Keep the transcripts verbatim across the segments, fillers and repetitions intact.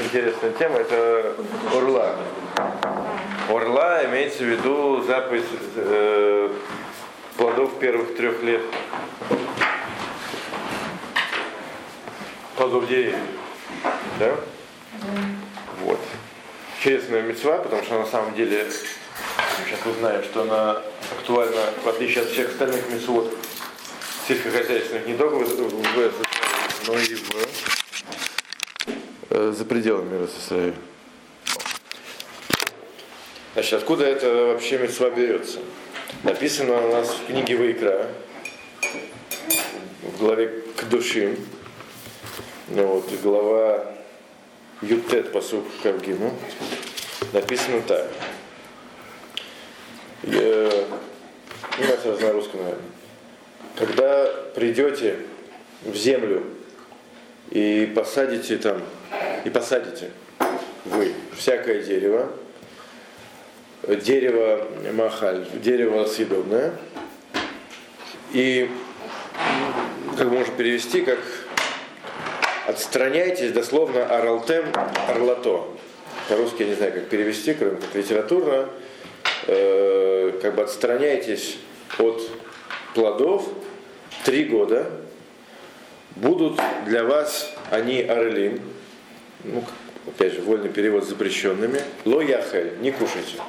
интересная тема, это орла. Орла имеется в виду заповедь э, плодов первых трех лет. Плодов деревьев. Да? Вот. Интересная мицва, потому что на самом деле мы сейчас узнаем, что она актуальна, в отличие от всех остальных мицвот сельскохозяйственных, не только в, в, но и в, э, за пределами мира Израиля. Значит, откуда это вообще мицва берется? Написано у нас в книге Ваикра, в главе Кдушим, ну вот, глава Ютет пасук Кавгиму, написано так. Я, ну, это на русском, наверное. Когда придете в землю и посадите там, и посадите вы всякое дерево, дерево махаль, дерево съедобное, и как можно перевести, как отстраняйтесь, дословно аралтем арлато. По-русски я не знаю, как перевести, кроме как литературно. Э, как бы отстраняйтесь от плодов три года. Будут для вас они арелим, ну, опять же, вольный перевод с запрещенными. Ло яхель, не кушайте.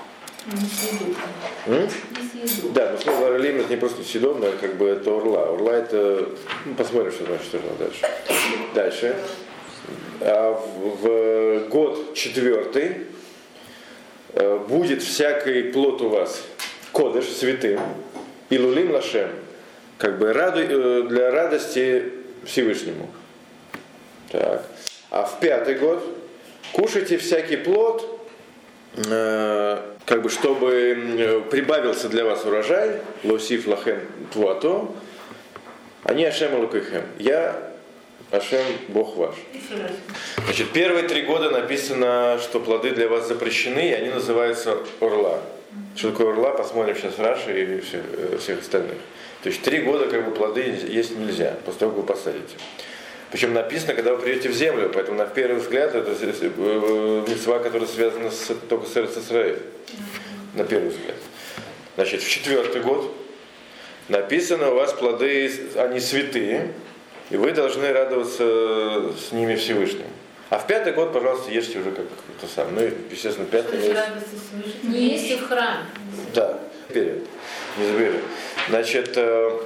Не съедобно. Да, но слово арелим это не просто съедобно, как бы это орла. Орла это, ну, посмотрим, что значит орла дальше. Дальше. А в, в год четвертый э, будет всякий плод у вас кодеш, святым, и лулим лашем, как бы раду, э, для радости Всевышнему. Так. А в пятый год кушайте всякий плод, э, как бы чтобы прибавился для вас урожай, лосиф лахем твуато, они Ашем Элокейхем. Я Ашем Бог ваш. Значит, первые три года написано, что плоды для вас запрещены, и они называются орла. Что такое орла, посмотрим сейчас Раши и всех, всех остальных. То есть три года как бы плоды есть нельзя, после того, как вы посадите. Причем написано, когда вы придете в землю, поэтому на первый взгляд это мицва, которая связана с, только с Эрец Исраэль. На первый взгляд. Значит, в четвертый год написано, у вас плоды, они святые, и вы должны радоваться с ними Всевышнему. А в пятый год, пожалуйста, ешьте уже как то самое. Ну, и, естественно, пятый месяц. Не ешьте в храм. Да, вперед. Не забыли. Значит, э,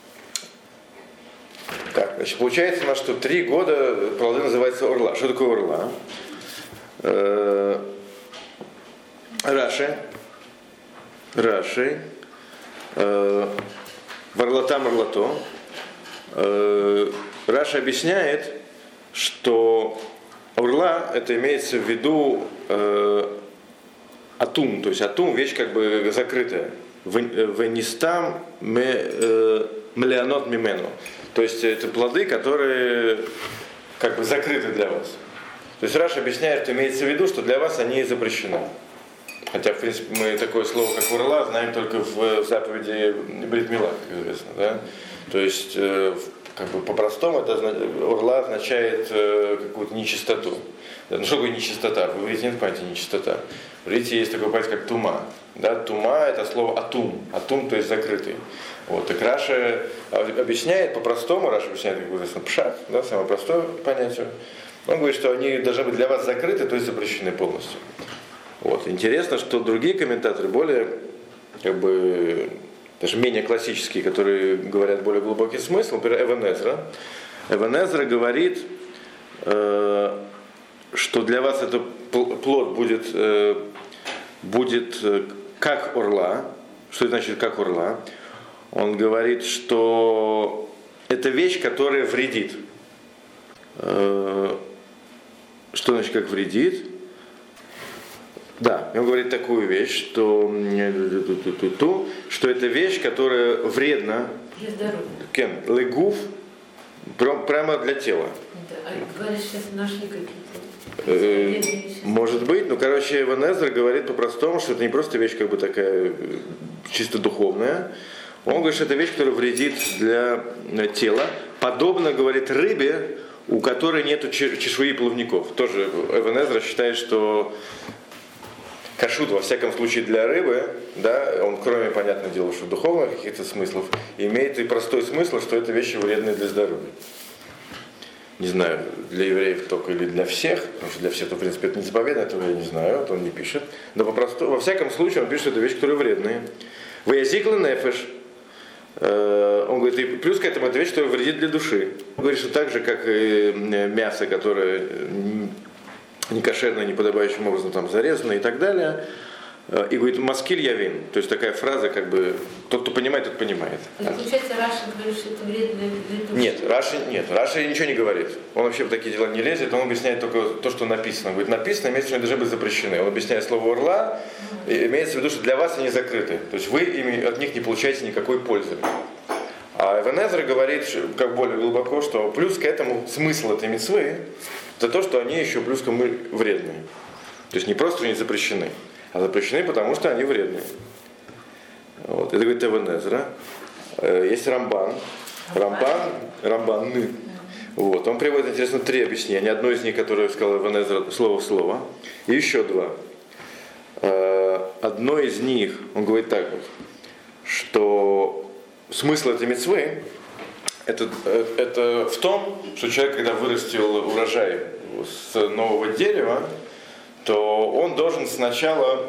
как? Значит, получается у нас, что три года плоды называются орла. Что такое орла? Э, Раши. Раши. Э, Варлатам орлато. Раша объясняет, что орла это имеется в виду э, атум, то есть атум вещь как бы закрытая. Венистам мелеонот мимену. То есть это плоды, которые как бы закрыты для вас. То есть Раша объясняет, что имеется в виду, что для вас они запрещены. Хотя, в принципе, мы такое слово, как орла, знаем только в заповеди Брит Мила, как известно, да? То есть, как бы по-простому, это орла означает какую-то нечистоту. Ну что такое нечистота? Вы видите, нет понятия нечистота. В иврите есть такое понятие, как тума. Да? Тума это слово атум. Атум, то есть закрытый. Вот. Так Раша объясняет по-простому, Раша объясняет, как известно, пшат, да, самое простое понятие. Он говорит, что они должны быть для вас закрыты, то есть запрещены полностью. Вот. Интересно, что другие комментаторы, более, как бы, даже менее классические, которые говорят более глубокий смысл, например, Эвен Эзра. Эвен Эзра говорит, э, что для вас этот плод будет, э, будет э, как орла. Что это значит как орла? Он говорит, что это вещь, которая вредит. Э, что значит как вредит? Да, он говорит такую вещь, что, что это вещь, которая вредна кен, легуф, прямо для тела. А говорят, сейчас нашли какие-то. Э, может быть, ну, короче, Эвен Эзра говорит по-простому, что это не просто вещь как бы такая чисто духовная. Он говорит, что это вещь, которая вредит для тела. Подобно, говорит, рыбе, у которой нет чешуи и плавников. Тоже Эбен Эзра считает, что кашут, во всяком случае для рыбы, да, он кроме, понятное дело, что духовных каких-то смыслов, имеет и простой смысл, что это вещи вредные для здоровья. Не знаю, для евреев только или для всех, потому что для всех, то, в принципе, это не заповедно, этого я не знаю, это он не пишет. Но попросту, во всяком случае он пишет, что это вещи, которые вредные. Ваязикла нефеш. Он говорит, и плюс к этому это вещь, которая вредит для души. Он говорит, что так же, как и мясо, которое некошерно, неподобающим образом там зарезано и так далее. И говорит, маскиль явин. То есть такая фраза, как бы, тот, кто понимает, тот понимает. То есть, получается, Раша говорит, что это вредно для души? Нет, Раши нет, Раши ничего не говорит. Он вообще в такие дела не лезет, он объясняет только то, что написано. Он говорит, написано, имеется в виду, что они должны быть запрещены. Он объясняет слово «орла», и имеется в виду, что для вас они закрыты. То есть вы ими, от них не получаете никакой пользы. А Эбен Эзра говорит, как более глубоко, что плюс к этому смысл этой мицвы, это то, что они еще плюс к тому вредные. То есть не просто они запрещены, а запрещены, потому что они вредные. Вот. Это говорит Эбен Эзра. Есть Рамбан. Рамбан, Рамбан. Вот. Он приводит, интересно, три объяснения. Одно из них, которое сказал Эбен Эзра слово в слово. И еще два. Одно из них, он говорит так вот, что смысл этой мицвы это, это в том, что человек, когда вырастил урожай с нового дерева, то он должен сначала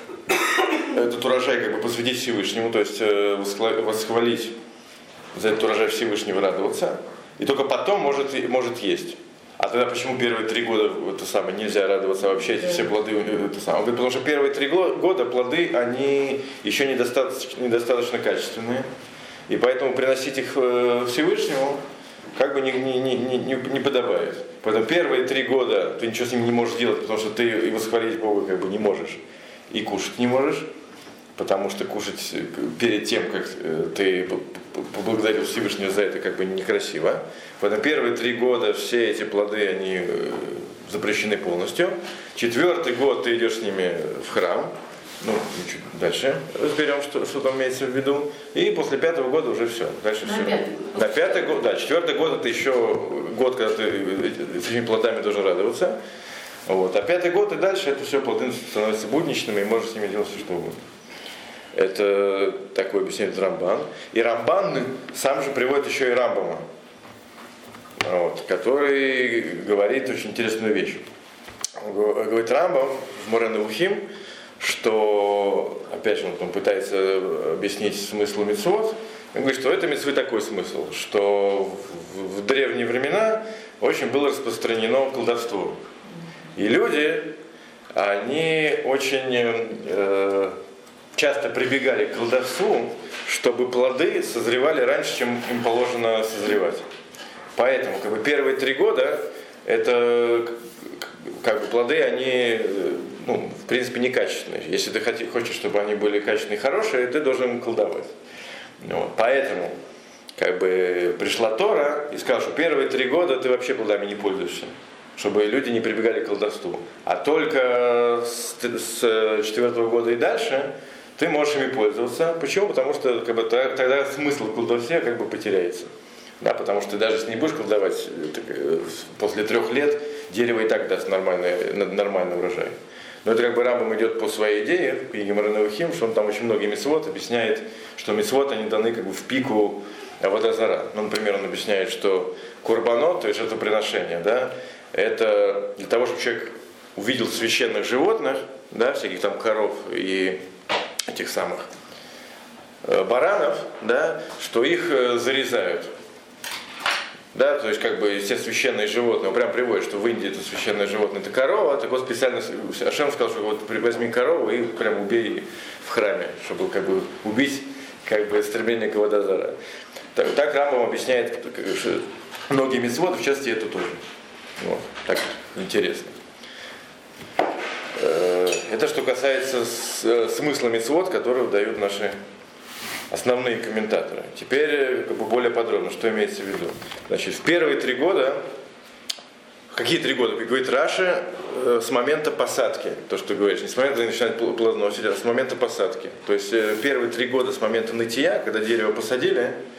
этот урожай как бы посвятить Всевышнему, то есть восхвалить за этот урожай Всевышнего, радоваться, и только потом может, может есть. А тогда почему первые три года это самое, нельзя радоваться, а вообще эти все плоды это самое? Он говорит, потому что первые три года плоды, они еще недостаточно, недостаточно качественные, и поэтому приносить их Всевышнему как бы не, не, не, не, не подобает. Поэтому первые три года ты ничего с ним не можешь делать, потому что ты и восхвалить Бога как бы не можешь, и кушать не можешь, потому что кушать перед тем, как ты поблагодарил Всевышнего за это, как бы некрасиво. Поэтому первые три года все эти плоды, они запрещены полностью. Четвертый год ты идешь с ними в храм. Ну, чуть дальше разберем, что, что там имеется в виду. И после пятого года уже все. Дальше На все. пятый. На пятый год, да, четвертый год это еще год, когда ты этими плодами должен радоваться. Вот. А пятый год и дальше это все плоды становятся будничными, и можешь с ними делать все, что угодно. Это такое объясняет Рамбан. И Рамбан сам же приводит еще и Рамбама, вот, который говорит очень интересную вещь. Он говорит Рамбам в Море Неухим, что, опять же, он там пытается объяснить смысл мицвот. Он говорит, что это мицвы такой смысл, что в, в древние времена очень было распространено колдовство. И люди, они очень э, часто прибегали к колдовству, чтобы плоды созревали раньше, чем им положено созревать. Поэтому как бы, первые три года это как бы, плоды, они ну, в принципе некачественные. Если ты хочешь, чтобы они были качественные и хорошие, ты должен колдовать. Вот. Поэтому как бы, пришла Тора и сказала, что первые три года ты вообще плодами не пользуешься, чтобы люди не прибегали к колдовству. А только с, с четвертого года и дальше ты можешь ими пользоваться. Почему? Потому что как бы, тогда смысл колдовства как бы потеряется. Да, потому что даже если не будешь колдовать, после трех лет дерево и так даст нормальный, нормальный урожай. Но это как бы Рамбам идет по своей идее, в книге Море Неухим, что он там очень многие мицвот объясняет, что мицвот они даны как бы в пику авода зара. Ну, например, он объясняет, что курбанот, то есть жертвоприношение, да, это для того, чтобы человек увидел священных животных, да, всяких там коров и этих самых баранов, да, что их зарезают. Да, то есть, как бы, все священные животные, он прям приводит, что в Индии это священное животное, это корова, так вот специально Ашем сказал, что вот возьми корову и прям убей в храме, чтобы как бы убить как бы стремление к авода-зара. Так, так Рамбам объясняет что многие мицвот, в частности эту тоже. Вот, так интересно. Это что касается смысла мицвот, которые дают наши основные комментаторы. Теперь как бы более подробно, что имеется в виду. Значит, в первые три года, какие три года, говорит Раши, с момента посадки, то, что ты говоришь, не с момента начинает плодоносить, а с момента посадки. То есть первые три года с момента нытья, когда дерево посадили,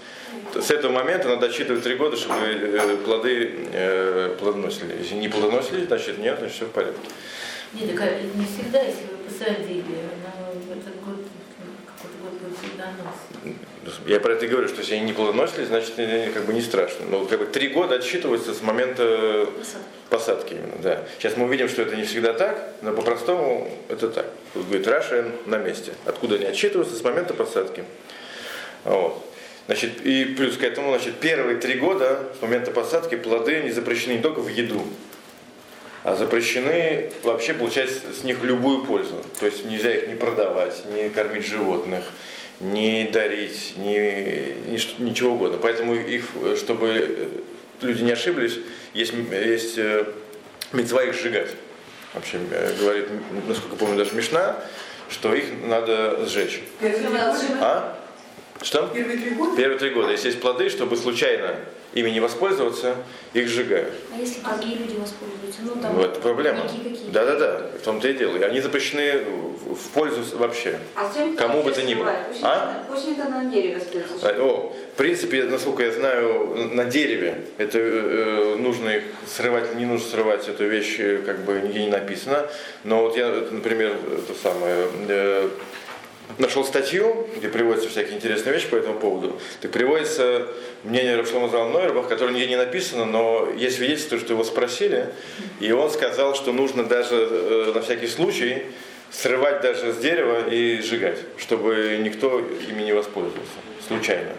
с этого момента надо отсчитывать три года, чтобы э, плоды э, плодоносили. Если не плодоносили, значит нет, значит все в порядке. Нет, так не всегда, если вы посадили, но в этот год, какой-то год будет плодонос. Я про это и говорю, что если они не плодоносили, значит как бы не страшно. Но как бы три года отсчитываются с момента посадки. посадки именно, да. Сейчас мы увидим, что это не всегда так, но по-простому это так. Тут говорит Раши на месте. Откуда они отсчитываются? С момента посадки. Вот. Значит, и плюс к этому, значит, первые три года с момента посадки плоды не запрещены не только в еду, а запрещены вообще получать с них любую пользу. То есть нельзя их не продавать, не кормить животных, не дарить, не, ни, ничего угодно. Поэтому их, чтобы люди не ошиблись, есть, есть мицва их сжигать. Вообще говорит, насколько помню, даже Мишна, что их надо сжечь. А? Что? Первые три года? Первые три года. Если есть плоды, чтобы случайно ими не воспользоваться, их сжигают. А если другие люди воспользуются? Ну, там вот проблема. Да-да-да, в том-то и дело. И они запрещены в пользу вообще. А кому бы то ни было. А? Очень это на дереве остается. О, в принципе, насколько я знаю, на дереве это э, нужно их срывать, не нужно срывать эту вещь, как бы нигде не написано. Но вот я, например, то самое. Э, Нашел статью, где приводятся всякие интересные вещи по этому поводу. Так приводится мнение Рав Шломо Залман Нойербах, которое нигде не написано, но есть свидетельство, что его спросили, и он сказал, что нужно даже э, на всякий случай срывать даже с дерева и сжигать, чтобы никто ими не воспользовался случайно.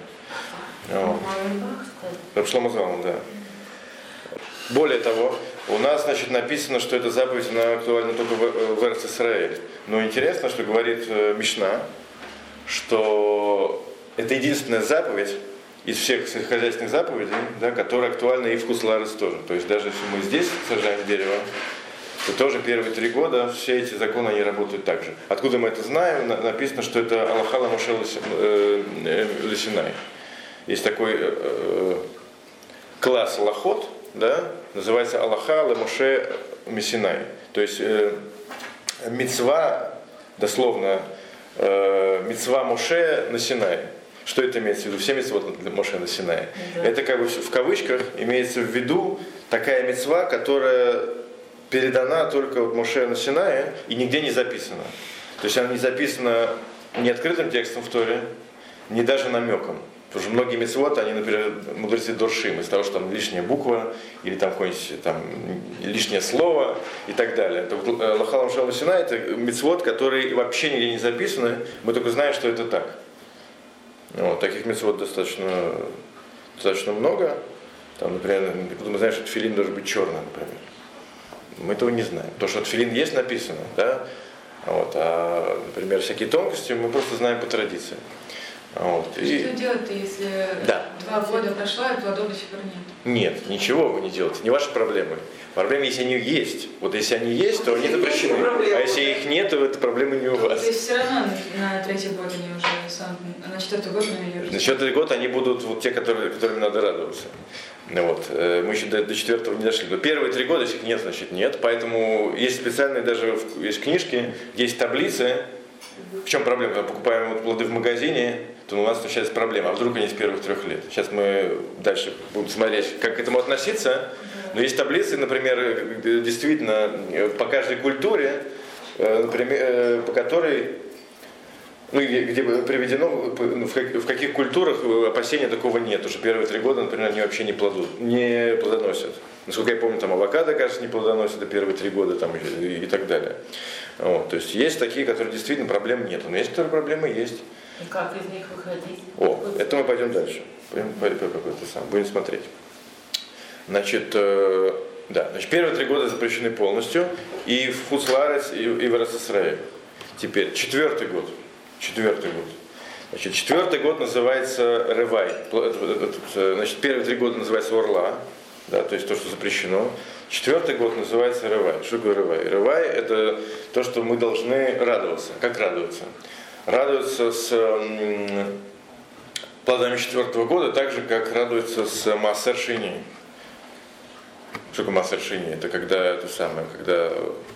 Рав Шломо Залман, да. Более того, у нас, значит, написано, что эта заповедь, она актуальна только в, в Эрец Исраэль. Но интересно, что говорит э, Мишна, что это единственная заповедь из всех сельскохозяйственных заповедей, да, которая актуальна и в Хуцларец тоже. То есть даже если мы здесь сажаем дерево, то тоже первые три года все эти законы, они работают так же. Откуда мы это знаем? На, написано, что это Алаха ла-Моше ле-Синай. Есть такой э, класс лахот, да, называется Алаха ла-Моше Месинай. То есть э, мицва, дословно, э, мицва Моше на Синае. Что это имеется в виду? Все мицвот Моше на Синае. Да. Это как бы в кавычках имеется в виду такая мицва, которая передана только вот Моше на Синае и нигде не записана. То есть она не записана ни открытым текстом в Торе, ни даже намеком. Потому что многие мицвот, они, например, мудрецы доршим, из того, что там лишняя буква, или там какое-нибудь там лишнее слово и так далее. Алаха ла-Моше ле-Синай — это мицвот, которые вообще нигде не записаны, мы только знаем, что это так. Вот, таких мицвот достаточно, достаточно много. Там, например, мы знаем, что тфилин должен быть черным, например. Мы этого не знаем. То, что тфилин есть написано, да? Вот, а, например, всякие тонкости мы просто знаем по традиции. Вот. Что и... делать-то, если да. два года прошло, и плодов до сих пор нет? Нет, ничего вы не делаете, не ваши проблемы. Проблемы, если они есть. Вот если они есть, то они запрещены. А если их нет, то это проблемы не у вас. То есть все равно на третий год они уже сам, на четвертый год они... На четвертый год они будут вот те, которые, которым надо радоваться. Вот. Мы еще до, до четвертого не дошли. Но первые три года, если их нет, значит нет. Поэтому есть специальные даже есть книжки, где есть таблицы. В чем проблема? Когда покупаем вот плоды в магазине, то у нас начинается проблема. А вдруг они с первых трех лет? Сейчас мы дальше будем смотреть, как к этому относиться. Но есть таблицы, например, действительно по каждой культуре, например, по которой, ну, где приведено, в каких культурах опасения такого нет. Потому что первые три года, например, они вообще не, плодут, не плодоносят. Насколько я помню, там авокадо, кажется, не плодоносят до первые три года там, и, и так далее. Вот, то есть есть такие, которые действительно проблем нет. Но есть, которые проблемы есть. И как из них выходить? О, это мы пойдем дальше. Будем смотреть. Значит, э, да, значит, первые три года запрещены полностью. И в Хуцларец, и, и в Эрец Исраэль. Теперь четвертый год. Четвертый год. Значит, четвертый год называется Ревай. Значит, первые три года называется Орла. Да, то есть то, что запрещено. Четвертый год называется Ревай. Что такое Ревай? Ревай — это то, что мы должны радоваться. Как радоваться? Радоваться с м, плодами четвертого года, так же, как радуется с Маасер Шини. Что такое Маасер Шини? Это когда это самое, когда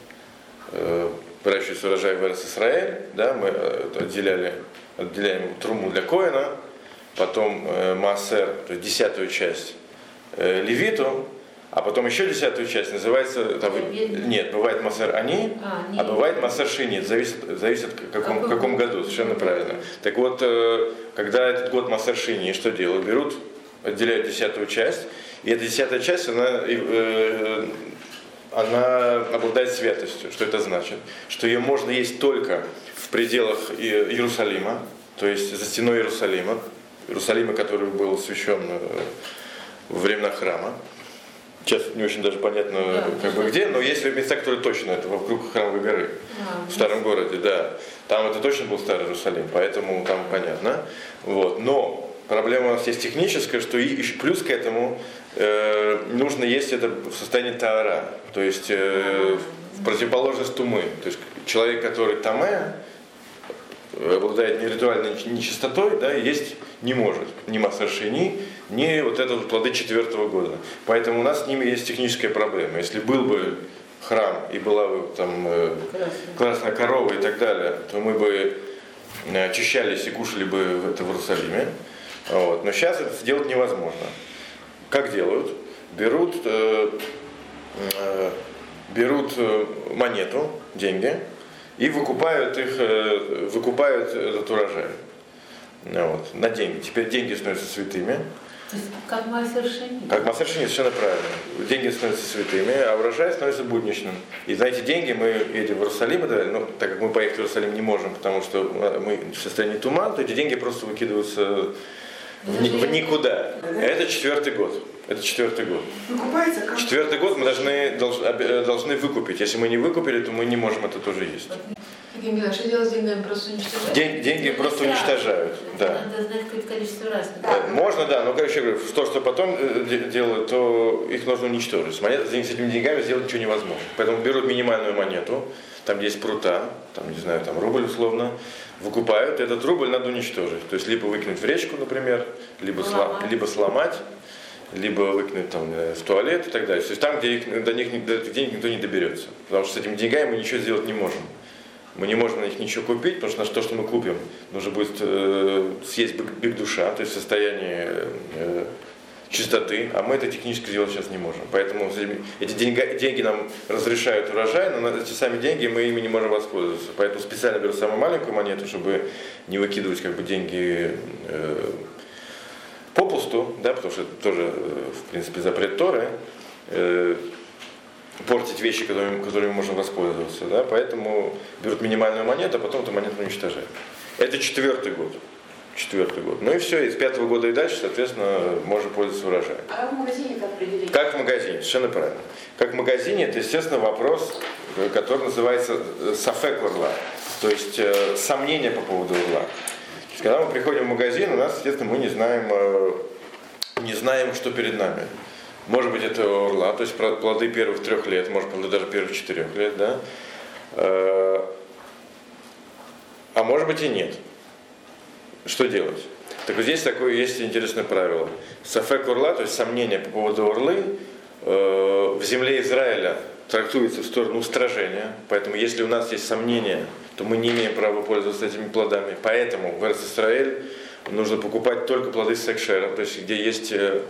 э, выращивается урожай в Эрец Исраэль, да, мы отделяли, отделяем труму для коэна, потом э, Маасер, то есть десятую часть э, Левиту, а потом еще десятую часть называется, там, нет, бывает Маасер Ани, а, а бывает Маасер Шини, зависит, зависит в каком, в каком году, совершенно правильно. Так вот, э, когда этот год Маасер Шини, что делают? Берут, отделяют десятую часть, и эта десятая часть, она, э, она обладает святостью. Что это значит? Что ее можно есть только в пределах Иерусалима, то есть за стеной Иерусалима, Иерусалима, который был освящен во времена храма. Сейчас не очень даже понятно, да, как бы где, но есть места, которые точно, это вокруг Храмовой горы, а, в старом городе, да. Там это точно был Старый Иерусалим, поэтому там понятно. Вот. Но проблема у нас есть техническая, что и плюс к этому э, нужно есть это в состоянии таара, то есть э, в противоположность тумы. То есть человек, который тамэ, обладает неритуальной нечистотой, да, есть не может ни Маасер Шини, ни вот это вот плоды четвертого года. Поэтому у нас с ними есть техническая проблема. Если был бы храм и была бы там э, красная корова и так далее, то мы бы э, очищались и кушали бы это в Иерусалиме. Вот. Но сейчас это сделать невозможно. Как делают? Берут, э, э, берут монету, деньги, и выкупают их, выкупают этот урожай. Вот, на деньги. Теперь деньги становятся святыми. То есть как Маасер Шини? Как Маасер Шини, совершенно правильно. Деньги становятся святыми, а урожай становится будничным. И за эти деньги мы едем в Иерусалим, да, ну, так как мы поехать в Иерусалим не можем, потому что мы в состоянии тумана, то эти деньги просто выкидываются в, ни, в никуда. Это четвертый год. Это четвертый год. Четвертый год мы должны, должны выкупить. Если мы не выкупили, то мы не можем это тоже есть. Мила, что делать с деньгами? Просто уничтожают? День, деньги это просто раз. уничтожают. Да. Надо знать какое-то количество раз. Да. Можно, да, но, короче говоря, то, что потом делают, то их нужно уничтожить. С, монет, с этими деньгами сделать ничего невозможно. Поэтому берут минимальную монету, там есть прута, там, не знаю, там рубль условно, выкупают, этот рубль надо уничтожить. То есть либо выкинуть в речку, например, либо, сломать. либо сломать, либо выкинуть там, в туалет и так далее. То есть там, где их, до них до этих денег никто не доберется. Потому что с этими деньгами мы ничего сделать не можем. Мы не можем на них ничего купить, потому что на то, что мы купим, нужно будет э, съесть биг душа, то есть в состоянии э, чистоты, а мы это технически сделать сейчас не можем. Поэтому эти деньги, деньги нам разрешают урожай, но эти сами деньги мы ими не можем воспользоваться. Поэтому специально беру самую маленькую монету, чтобы не выкидывать как бы деньги э, попусту, да, потому что это тоже, в принципе, запрет Торы. Э, портить вещи, которыми, которыми мы можем воспользоваться. Да? Поэтому берут минимальную монету, а потом эту монету уничтожают. Это четвертый год. Четвертый год. Ну и все, из пятого года и дальше, соответственно, можно пользоваться урожаем. А как в магазине как определить? Как в магазине, совершенно правильно. Как в магазине, это, естественно, вопрос, который называется сафек урла, то есть э, сомнение по поводу урла. То есть, когда мы приходим в магазин, у нас, естественно, мы не знаем, э, не знаем, что перед нами. Может быть, это урла, то есть плоды первых трех лет, может быть, даже первых четырех лет, да? А может быть и нет. Что делать? Так вот здесь такое есть интересное правило. Сафек урла, то есть сомнение по поводу урлы, в земле Израиля трактуется в сторону устражения. Поэтому если у нас есть сомнения, то мы не имеем права пользоваться этими плодами. Поэтому в Эрец-Исраэль нужно покупать только плоды секшера, то есть где есть...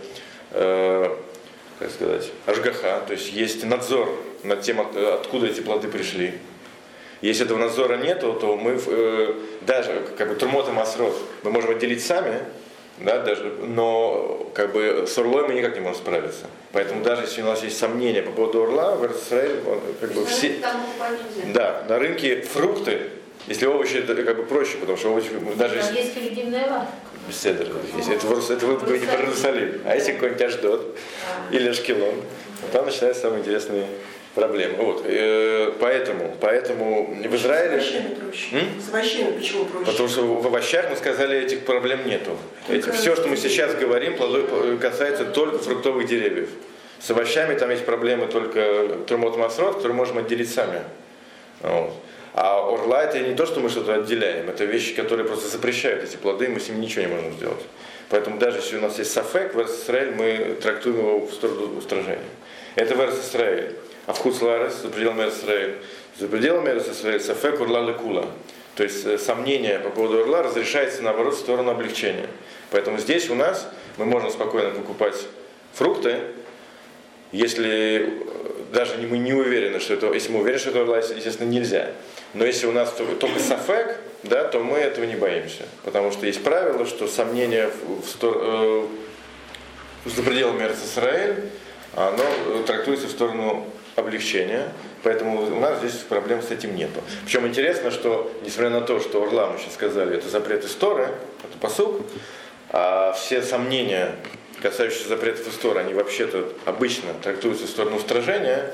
как сказать, ашгаха, то есть есть надзор над тем, откуда эти плоды пришли. Если этого надзора нету, то мы э, даже как бы трумот и масрот мы можем отделить сами, да, даже, но как бы с урлой мы никак не можем справиться. Поэтому даже если у нас есть сомнения по поводу урла, в Израиле как бы все, да, на рынке фрукты, если овощи, это как бы проще, потому что овощи даже если есть коллективная лавка. Беседер. Это, это вы говорите про Иерусалим. А если какой-нибудь Ашдод или Ашкелон, там начинаются самые интересные проблемы. Вот. Поэтому, поэтому в Израиле... С овощами проще. М? С овощами почему проще? Потому что в овощах, мы сказали, этих проблем нету. Эти, все, что мы сейчас говорим, касается только фруктовых деревьев. С овощами там есть проблемы только трумот масрот, которые можем отделить сами. Вот. А орла это не то, что мы что-то отделяем, это вещи, которые просто запрещают эти плоды, и мы с ними ничего не можем сделать. Поэтому даже если у нас есть сафек, в Эрец-Исраэль мы трактуем его в сторону устражения. Это в Эрец-Исраэль. А в Хуц-Лаарец, за пределами Эрец-Исраэль, за пределами Эрец-Исраэль, сафек урла лекула. То есть сомнение по поводу орла разрешается, наоборот, в сторону облегчения. Поэтому здесь у нас мы можем спокойно покупать фрукты, если даже мы не уверены, что это, если мы уверены, что это орла, естественно, нельзя. Но если у нас только сафек, да, то мы этого не боимся. Потому что есть правило, что сомнение в, в, в, за пределами Эрец-Исраэль, оно трактуется в сторону облегчения. Поэтому у нас здесь проблем с этим нету. Причем интересно, что, несмотря на то, что орла, мы сейчас сказали, это запрет из Торы, это пасук, а все сомнения, касающиеся запретов из Торы, они вообще-то обычно трактуются в сторону устражения.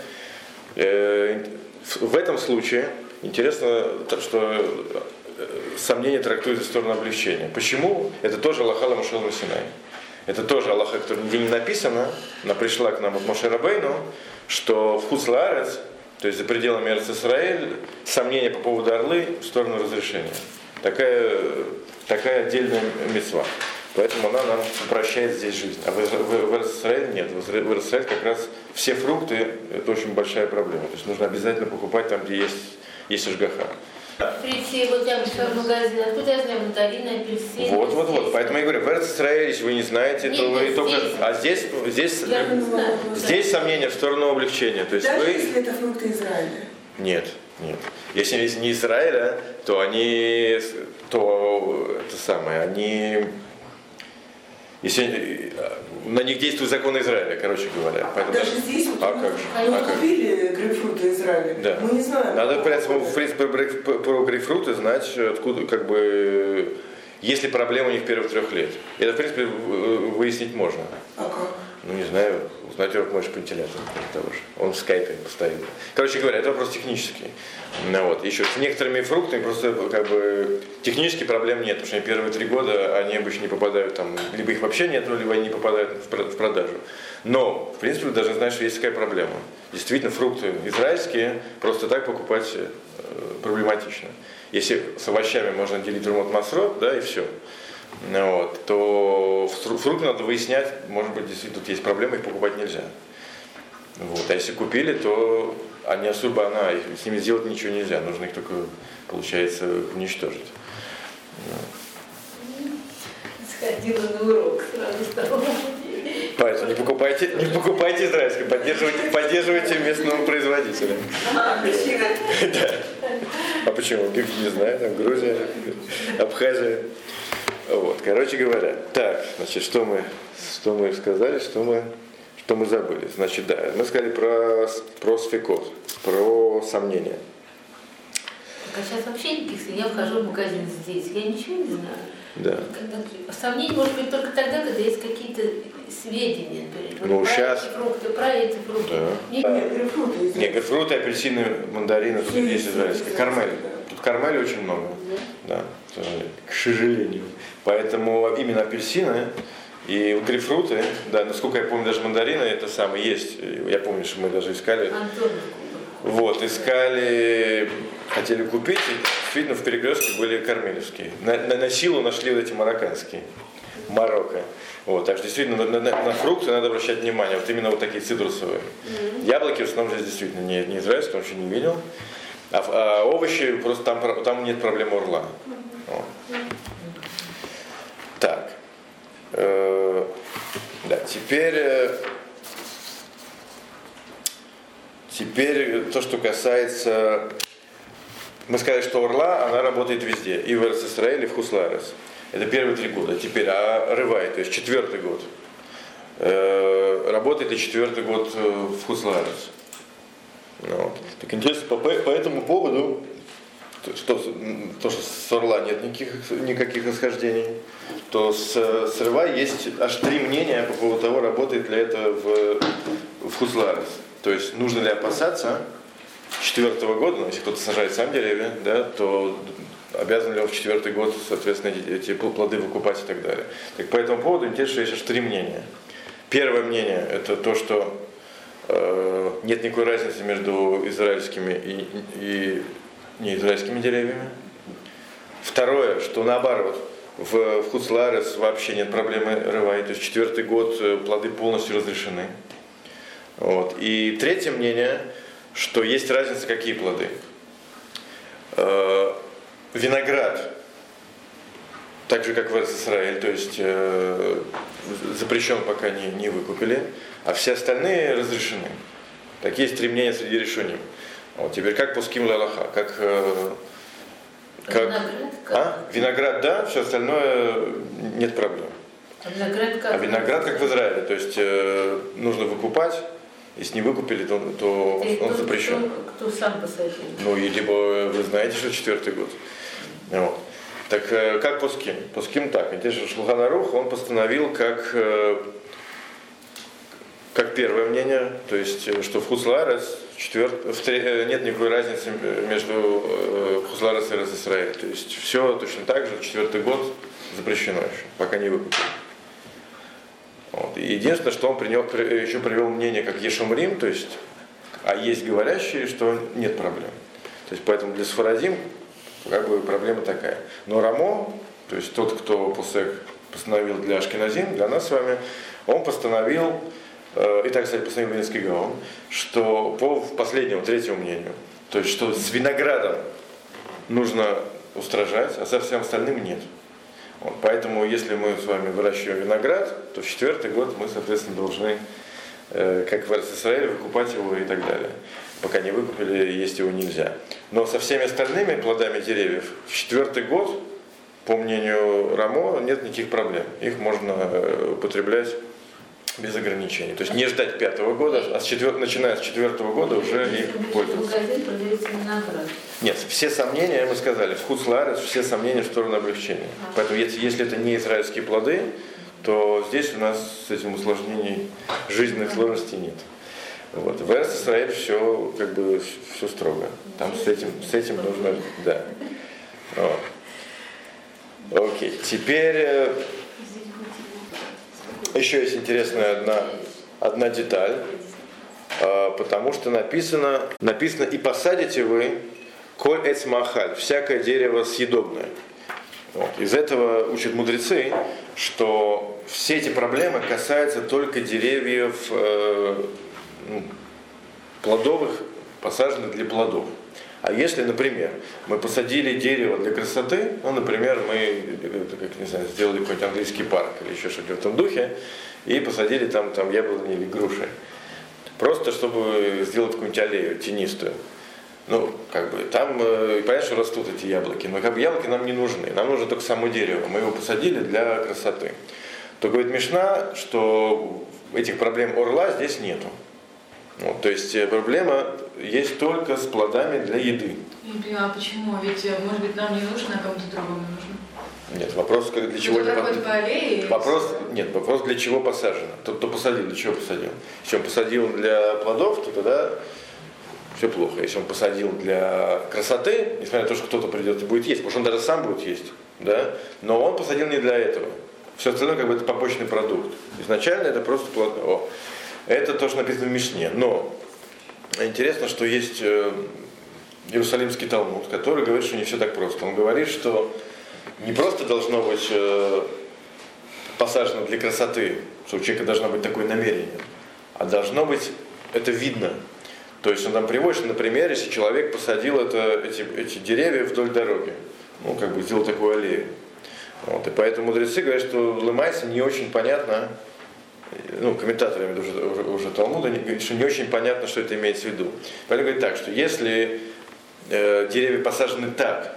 В этом случае интересно, что сомнения трактуются в сторону облегчения. Почему? Это тоже Аллаха Ламушел Синай. Это тоже Аллаха, которая нигде не написана, она пришла к нам от Моше Рабейну, что в Хуц-Лаарец, то есть за пределами Эрец-Исраэль, сомнения по поводу орлы в сторону разрешения. Такая, такая отдельная мицва. Поэтому она нам упрощает здесь жизнь. А в Эрец-Исраэль нет. В Эрец-Исраэль как раз все фрукты, это очень большая проблема. То есть нужно обязательно покупать там, где есть, есть ашгаха. Прийти вот я в магазин, откуда я знаю, мандарины, апельсины. Вот, вот, вот. Поэтому я говорю, в Эрец-Исраэль, если вы не знаете, нет, то вы нет, только. Здесь, а здесь, здесь, здесь сомнения в сторону облегчения. То есть даже вы... если это фрукты Израиля? Нет, нет. Если, если не Израиля, то они, то это самое, они, если на них действуют законы Израиля, короче говоря. Поэтому даже здесь вот а как же? Мы А купили грейпфруты Израиля. Да. Мы не знаем. Надо, в принципе, в принципе про, про грейпфруты знать, откуда, как бы, есть ли проблемы у них первых трех лет. Это, в принципе, выяснить можно. А как? Ну, не знаю, узнать его можешь по вентилятору того же. Он в скайпе постоянно. Короче говоря, это вопрос технический. Ну, вот. Еще с некоторыми фруктами просто как бы технически проблем нет, потому что они первые три года они обычно не попадают там, либо их вообще нет, либо они не попадают в продажу. Но, в принципе, вы должны знать, что есть такая проблема. Действительно, фрукты израильские просто так покупать э, проблематично. Если с овощами можно делить румот масрот, да, и все. Ну, вот, то фрукты надо выяснять, может быть, действительно тут есть проблемы, их покупать нельзя. Вот, а если купили, то они особо, она, с ними сделать ничего нельзя, нужно их только, получается, уничтожить. Сходила на урок, сразу стала. Поэтому не покупайте, не покупайте израильское, поддерживайте, поддерживайте местного производителя. А, причина. Да. А почему? Не знаю, там Грузия, Абхазия. Вот, короче говоря, так, значит, что мы, что мы сказали, что мы, что мы забыли. Значит, да, мы сказали про, про сфикот, про сомнения. Так, а сейчас вообще никаких, я вхожу в магазин здесь, я ничего не знаю. Да. Когда, сомнения может быть только тогда, когда есть какие-то сведения. Вот ну, про сейчас... эти фрукты, про эти фрукты. Да. Нет, нет, грейпфруты. Нет, грейпфруты, апельсины, мандарины, тут есть израильские. Кармель. Тут кармели очень много. Да, к сожалению. Поэтому именно апельсины и грейпфруты, да, насколько я помню, даже мандарины это самое есть. Я помню, что мы даже искали. Антон. Вот, искали, хотели купить, и действительно в перекрестке были кармелевские. На, на, на силу нашли вот эти марокканские. Марокко. Вот, так что действительно на, на, на фрукты надо обращать внимание. Вот именно вот такие цитрусовые. Mm-hmm. Яблоки в основном здесь действительно не, не израильские, потому что не видел. А, а овощи, просто там, там нет проблемы орла. Mm-hmm. Так. Э, да, теперь... Теперь то, что касается... Мы сказали, что орла, она работает везде. И в Эрец-Исраэль, и в Хуц-Лаарец. Это первые три года. Теперь, а рывай, то есть четвертый год. Э, работает ли четвертый год в Хуц-Лаарец? Вот. Так интересно, по, по этому поводу, что, то, что с орла нет никаких, никаких расхождений, то с, с рывай есть аж три мнения по поводу того, работает ли это в, в Хуц-Лаарец. То есть нужно ли опасаться четвертого года, ну, если кто-то сажает сам деревья, да, то обязан ли он в четвертый год, соответственно, эти плоды выкупать и так далее. Так по этому поводу интересно, есть аж три мнения. Первое мнение – это то, что э, нет никакой разницы между израильскими и, и неизраильскими деревьями. Второе, что наоборот, в, в Хуц-Лаарец вообще нет проблемы рывай, то есть четвертый год плоды полностью разрешены. Вот. И третье мнение, что есть разница, какие плоды. виноград, так же, как в Эрец-Исраэль, то есть э, запрещен, пока не, не выкупили, а все остальные разрешены. Такие стремления среди решений. Вот теперь как пуским лалаха, как, э, как Виноград, как? А? Виноград, да, все остальное нет проблем. А виноград как? А виноград как в Израиле, то есть э, нужно выкупать, если не выкупили, то, то И он кто, запрещен. Кто, кто сам посадил? Ну, и либо вы знаете, что четвертый год. Вот. Так э, как Пуским? Пуским так. Интересно, Шулхан Арух, он постановил как, э, как первое мнение, то есть, что в Хуцлаарец нет никакой разницы между э, Хуцлаарец и Эрец-Исраэль. То есть все точно так же, четвертый год запрещено еще, пока не выкупили. Вот. И единственное, что он принял, еще привел мнение, как Ешумрим, то есть, а есть говорящие, что нет проблем. То есть поэтому для Сфарадим как бы проблема такая. Но Рамо, то есть тот, кто Пусек постановил для Ашкеназим, для нас с вами, он постановил, э, и так, кстати, постановил Вильнюсский Гаон, что по последнему, третьему мнению, то есть что с виноградом нужно устражать, а со всем остальным нет. Вот, поэтому, если мы с вами выращиваем виноград, то в четвертый год мы, соответственно, должны, э, как в Эрец-Исраэль, выкупать его и так далее. Пока не выкупили, есть его нельзя. Но со всеми остальными плодами деревьев в четвертый год, по мнению Рамо, нет никаких проблем. Их можно употреблять без ограничений. То есть не ждать пятого года, а с четвер... начиная с четвертого года уже им пользоваться. Нет, все сомнения, мы сказали, в Хуцлаарец все сомнения в сторону облегчения. Поэтому если, если это не израильские плоды, то здесь у нас с этим усложнений жизненных сложностей нет. Вот. В Эрец-Исраэль все как бы все строго. Там с этим, с этим нужно, да. Вот. Окей. Теперь еще есть интересная одна, одна деталь, потому что написано, написано и посадите вы коль эц махаль, всякое дерево съедобное. Вот. Из этого учат мудрецы, что все эти проблемы касаются только деревьев э, ну, плодовых, посаженных для плодов. А если, например, мы посадили дерево для красоты, ну, например, мы, как не знаю, сделали какой-нибудь английский парк или еще что-то в этом духе, и посадили там, там яблони или груши, просто чтобы сделать какую-нибудь аллею тенистую. Ну, как бы, там, понятно, что растут эти яблоки, но как бы яблоки нам не нужны, нам нужно только само дерево, мы его посадили для красоты. То говорит Мишна, что этих проблем орла здесь нету. Вот, то есть проблема есть только с плодами для еды. А почему? Ведь, может быть, нам не нужно, а кому-то другому нужно. Нет, вопрос, для чего не по... вопрос, нет, вопрос для чего посажено. Тот, кто посадил, для чего посадил. Если он посадил для плодов, то тогда все плохо. Если он посадил для красоты, несмотря на то, что кто-то придет и будет есть, потому что он даже сам будет есть, да, но он посадил не для этого. Все остальное как бы это побочный продукт. Изначально это просто плод. О, это то, что написано в Мишне. Но интересно, что есть Иерусалимский Талмуд, который говорит, что не все так просто. Он говорит, что не просто должно быть посажено для красоты, что у человека должно быть такое намерение, а должно быть это видно. То есть он там приводит, что, например, если человек посадил это, эти, эти деревья вдоль дороги, ну, как бы сделал такую аллею. Вот, и поэтому мудрецы говорят, что Лемайса не очень понятно, ну, комментаторами уже, уже, уже Талмуда, говорят, что не очень понятно, что это имеется в виду. Поэтому говорят так, что если э, деревья посажены так,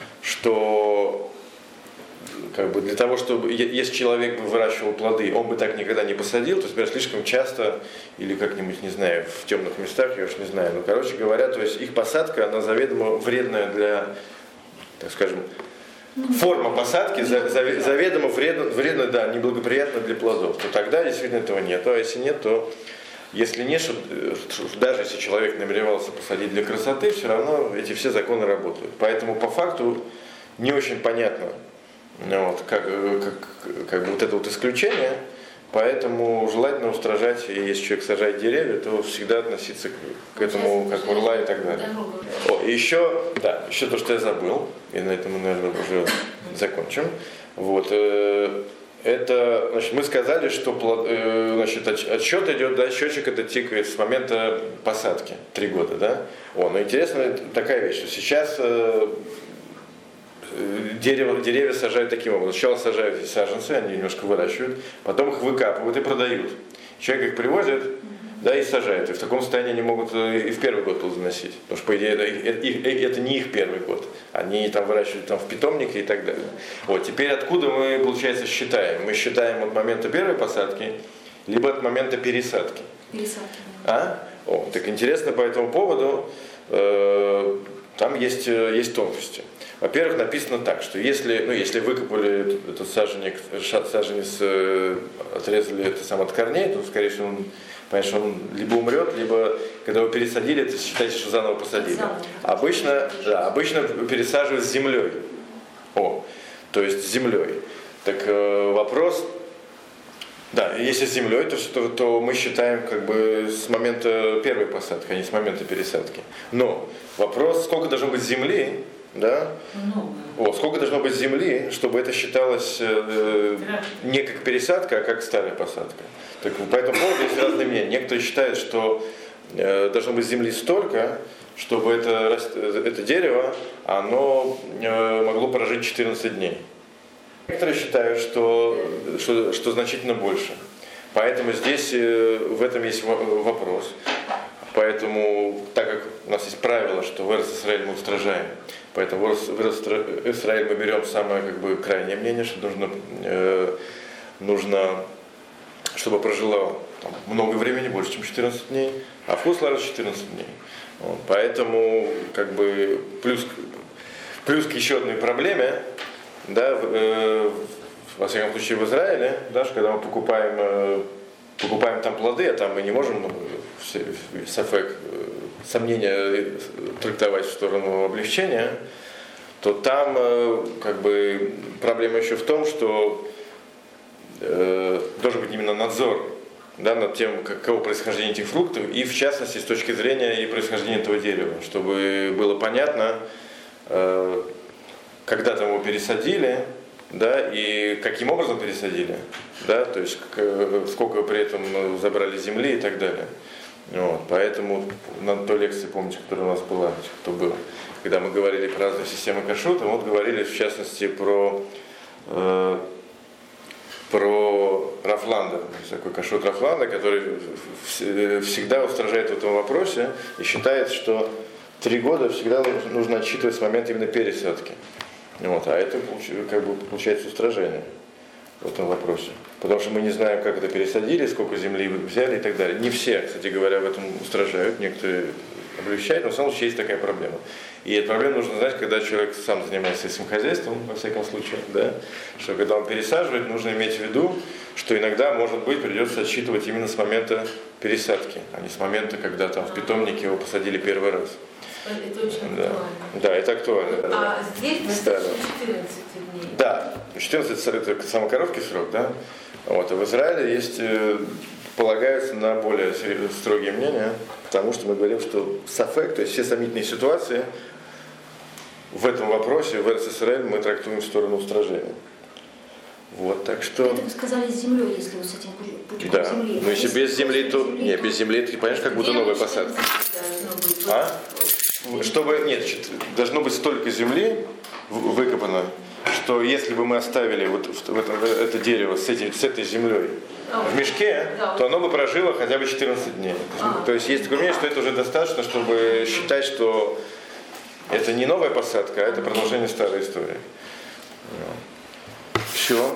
что как бы для того, чтобы, если человек бы выращивал плоды, он бы так никогда не посадил, то есть, например, слишком часто, или как-нибудь, не знаю, в темных местах, я уж не знаю, ну, короче говоря, то есть их посадка, она заведомо вредная для, так скажем, форма посадки заведомо вредна, вредна, да, неблагоприятна для плодов, то тогда действительно этого нет. А если нет, то если нет, что, даже если человек намеревался посадить для красоты, все равно эти все законы работают. Поэтому по факту не очень понятно, вот, как, как, как бы вот это вот исключение, поэтому желательно устражать, и если человек сажает деревья, то всегда относиться к, к этому как урла и так далее. О, и еще, да, еще то, что я забыл, и на этом мы, наверное, уже закончим. Вот, э, это, значит, мы сказали, что э, значит, отсчет идет, да, счетчик это тикает с момента посадки, три года, да. О, но интересная такая вещь, что сейчас э, дерево, деревья сажают таким образом. Сначала сажают эти саженцы, они немножко выращивают, потом их выкапывают и продают. Человек их привозит, да, и сажает. И в таком состоянии они могут и в первый год плодоносить. Потому что, по идее, это, это, это не их первый год. Они там выращивают там, в питомнике и так далее. Вот, теперь откуда мы, получается, считаем? Мы считаем от момента первой посадки, либо от момента пересадки. Пересадки. А? О, так интересно по этому поводу. Э, там есть, есть тонкости. Во-первых, написано так, что если, ну, если выкопали этот саженец, саженец э, отрезали это сам от корней, то, скорее всего, он, конечно, он либо умрет, либо, когда его пересадили, это считайте, что заново посадили. Заново. Обычно, да, обычно пересаживают с землей. О, то есть с землей. Так э, вопрос, да, если с землей, то, то, то мы считаем как бы с момента первой посадки, а не с момента пересадки. Но вопрос, сколько должно быть земли, да? О, сколько должно быть земли, чтобы это считалось э, не как пересадка, а как старая посадка. Так, по этому поводу есть разные мнения. Некоторые считают, что э, должно быть земли столько, чтобы это, это дерево, оно э, могло прожить четырнадцать дней. Некоторые считают, что, что, что значительно больше. Поэтому здесь э, в этом есть вопрос. Поэтому, так как у нас есть правило, что в Эрец-Исраэль мы устражаем, поэтому в Эрец-Исраэль мы берем самое как бы крайнее мнение, что нужно, э, нужно чтобы прожило там, много времени, больше, чем четырнадцать дней, а в Хуц-Ларец четырнадцать дней. Вот, поэтому, как бы, плюс, плюс к еще одной проблеме, да, в, э, во всяком случае в Израиле, да, что когда мы покупаем, э, покупаем там плоды, а там мы не можем ну, все, сафек, э, сомнения трактовать в сторону облегчения, то там э, как бы проблема еще в том, что э, должен быть именно надзор, да, над тем, каково происхождение этих фруктов, и в частности с точки зрения и происхождения этого дерева, чтобы было понятно, э, когда там его пересадили, да, и каким образом пересадили, да, то есть к, сколько при этом забрали земли и так далее. Вот, поэтому на той лекции, помните, которая у нас была, кто был, когда мы говорили про разные системы кашрута, мы вот говорили в частности про э, про Рафланда, такой кашрут Рафланда, который всегда устражает в этом вопросе и считает, что три года всегда нужно отсчитывать с момента именно пересадки. Вот, а это как бы получается устражение в этом вопросе. Потому что мы не знаем, как это пересадили, сколько земли взяли и так далее. Не все, кстати говоря, в этом устражают, некоторые облегчают, но в самом случае есть такая проблема. И эту проблему нужно знать, когда человек сам занимается этим хозяйством, во всяком случае, да, что когда он пересаживает, нужно иметь в виду, что иногда, может быть, придется отсчитывать именно с момента пересадки, а не с момента, когда там в питомнике его посадили первый раз. Это очень да. актуально. Да, это актуально. А да. здесь четырнадцать дней. Да, четырнадцать это самый короткий срок, да. Вот, а в Израиле есть, полагаются на более строгие мнения, потому что мы говорим, что сафек, то есть все сомнительные ситуации, в этом вопросе, в Эрец-Исраэль мы трактуем в сторону устражения. Вот, так что... Это вы сказали с землей, если вы с этим пучком да. земли. Но если без земли, то... земли, Нет, без земли, ты понимаешь, как будто новая посадка. А? Чтобы... Нет, значит, должно быть столько земли выкопано, что если бы мы оставили вот в это, это дерево с, этим, с этой землей в мешке, то оно бы прожило хотя бы четырнадцать дней. То есть есть такое мнение, что это уже достаточно, чтобы считать, что это не новая посадка, а это продолжение старой истории. Все.